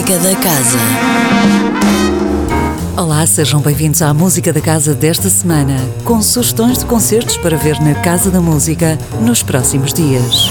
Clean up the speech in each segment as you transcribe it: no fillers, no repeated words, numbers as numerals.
Música da Casa. Olá, sejam bem-vindos à Música da Casa desta semana, com sugestões de concertos para ver na Casa da Música nos próximos dias.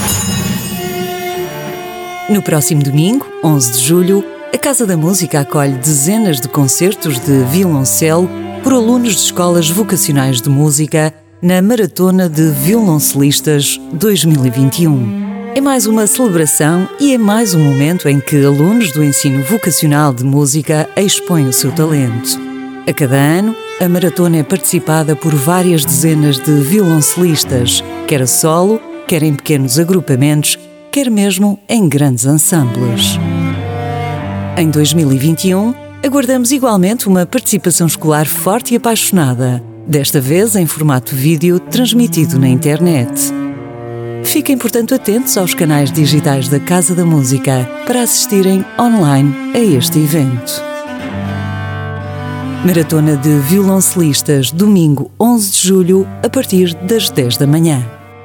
No próximo domingo, 11 de julho, a Casa da Música acolhe dezenas de concertos de violoncelo por alunos de escolas vocacionais de música na Maratona de Violoncelistas 2021. É mais uma celebração e é mais um momento em que alunos do ensino vocacional de música expõem o seu talento. A cada ano, a maratona é participada por várias dezenas de violoncelistas, quer a solo, quer em pequenos agrupamentos, quer mesmo em grandes ensembles. Em 2021, aguardamos igualmente uma participação escolar forte e apaixonada, desta vez em formato vídeo transmitido na internet. Fiquem, portanto, atentos aos canais digitais da Casa da Música para assistirem online a este evento. Maratona de Violoncelistas, domingo 11 de julho, a partir das 10 da manhã.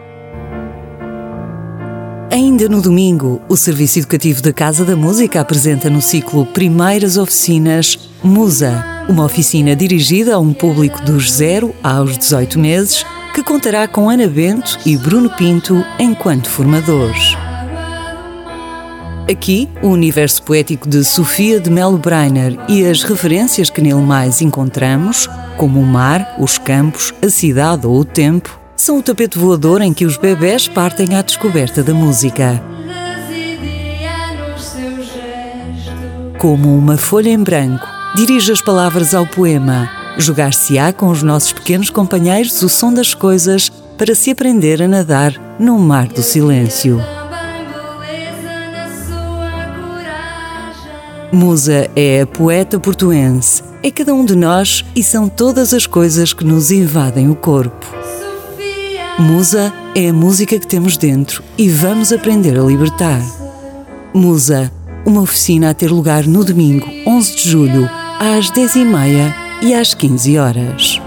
Ainda no domingo, o Serviço Educativo da Casa da Música apresenta no ciclo Primeiras Oficinas Musa, uma oficina dirigida a um público dos 0 aos 18 meses, que contará com Ana Bento e Bruno Pinto enquanto formadores. Aqui, o universo poético de Sofia de Melo Breiner e as referências que nele mais encontramos, como o mar, os campos, a cidade ou o tempo, são o tapete voador em que os bebés partem à descoberta da música. Como uma folha em branco, dirige as palavras ao poema. Jogar-se-á com os nossos pequenos companheiros o som das coisas para se aprender a nadar no mar do silêncio. Musa é a poeta portuense, é cada um de nós e são todas as coisas que nos invadem o corpo. Musa é a música que temos dentro e vamos aprender a libertar. Musa, uma oficina a ter lugar no domingo, 11 de julho, às 10h30 e às 15 horas.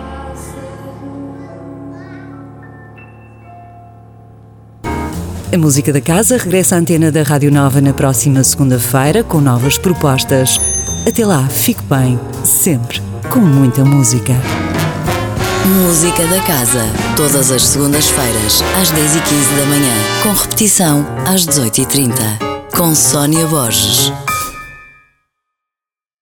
A Música da Casa regressa à antena da Rádio Nova na próxima segunda-feira com novas propostas. Até lá, fique bem, sempre com muita música. Música da Casa, todas as segundas-feiras, às 10h15 da manhã, com repetição às 18h30, com Sónia Borges.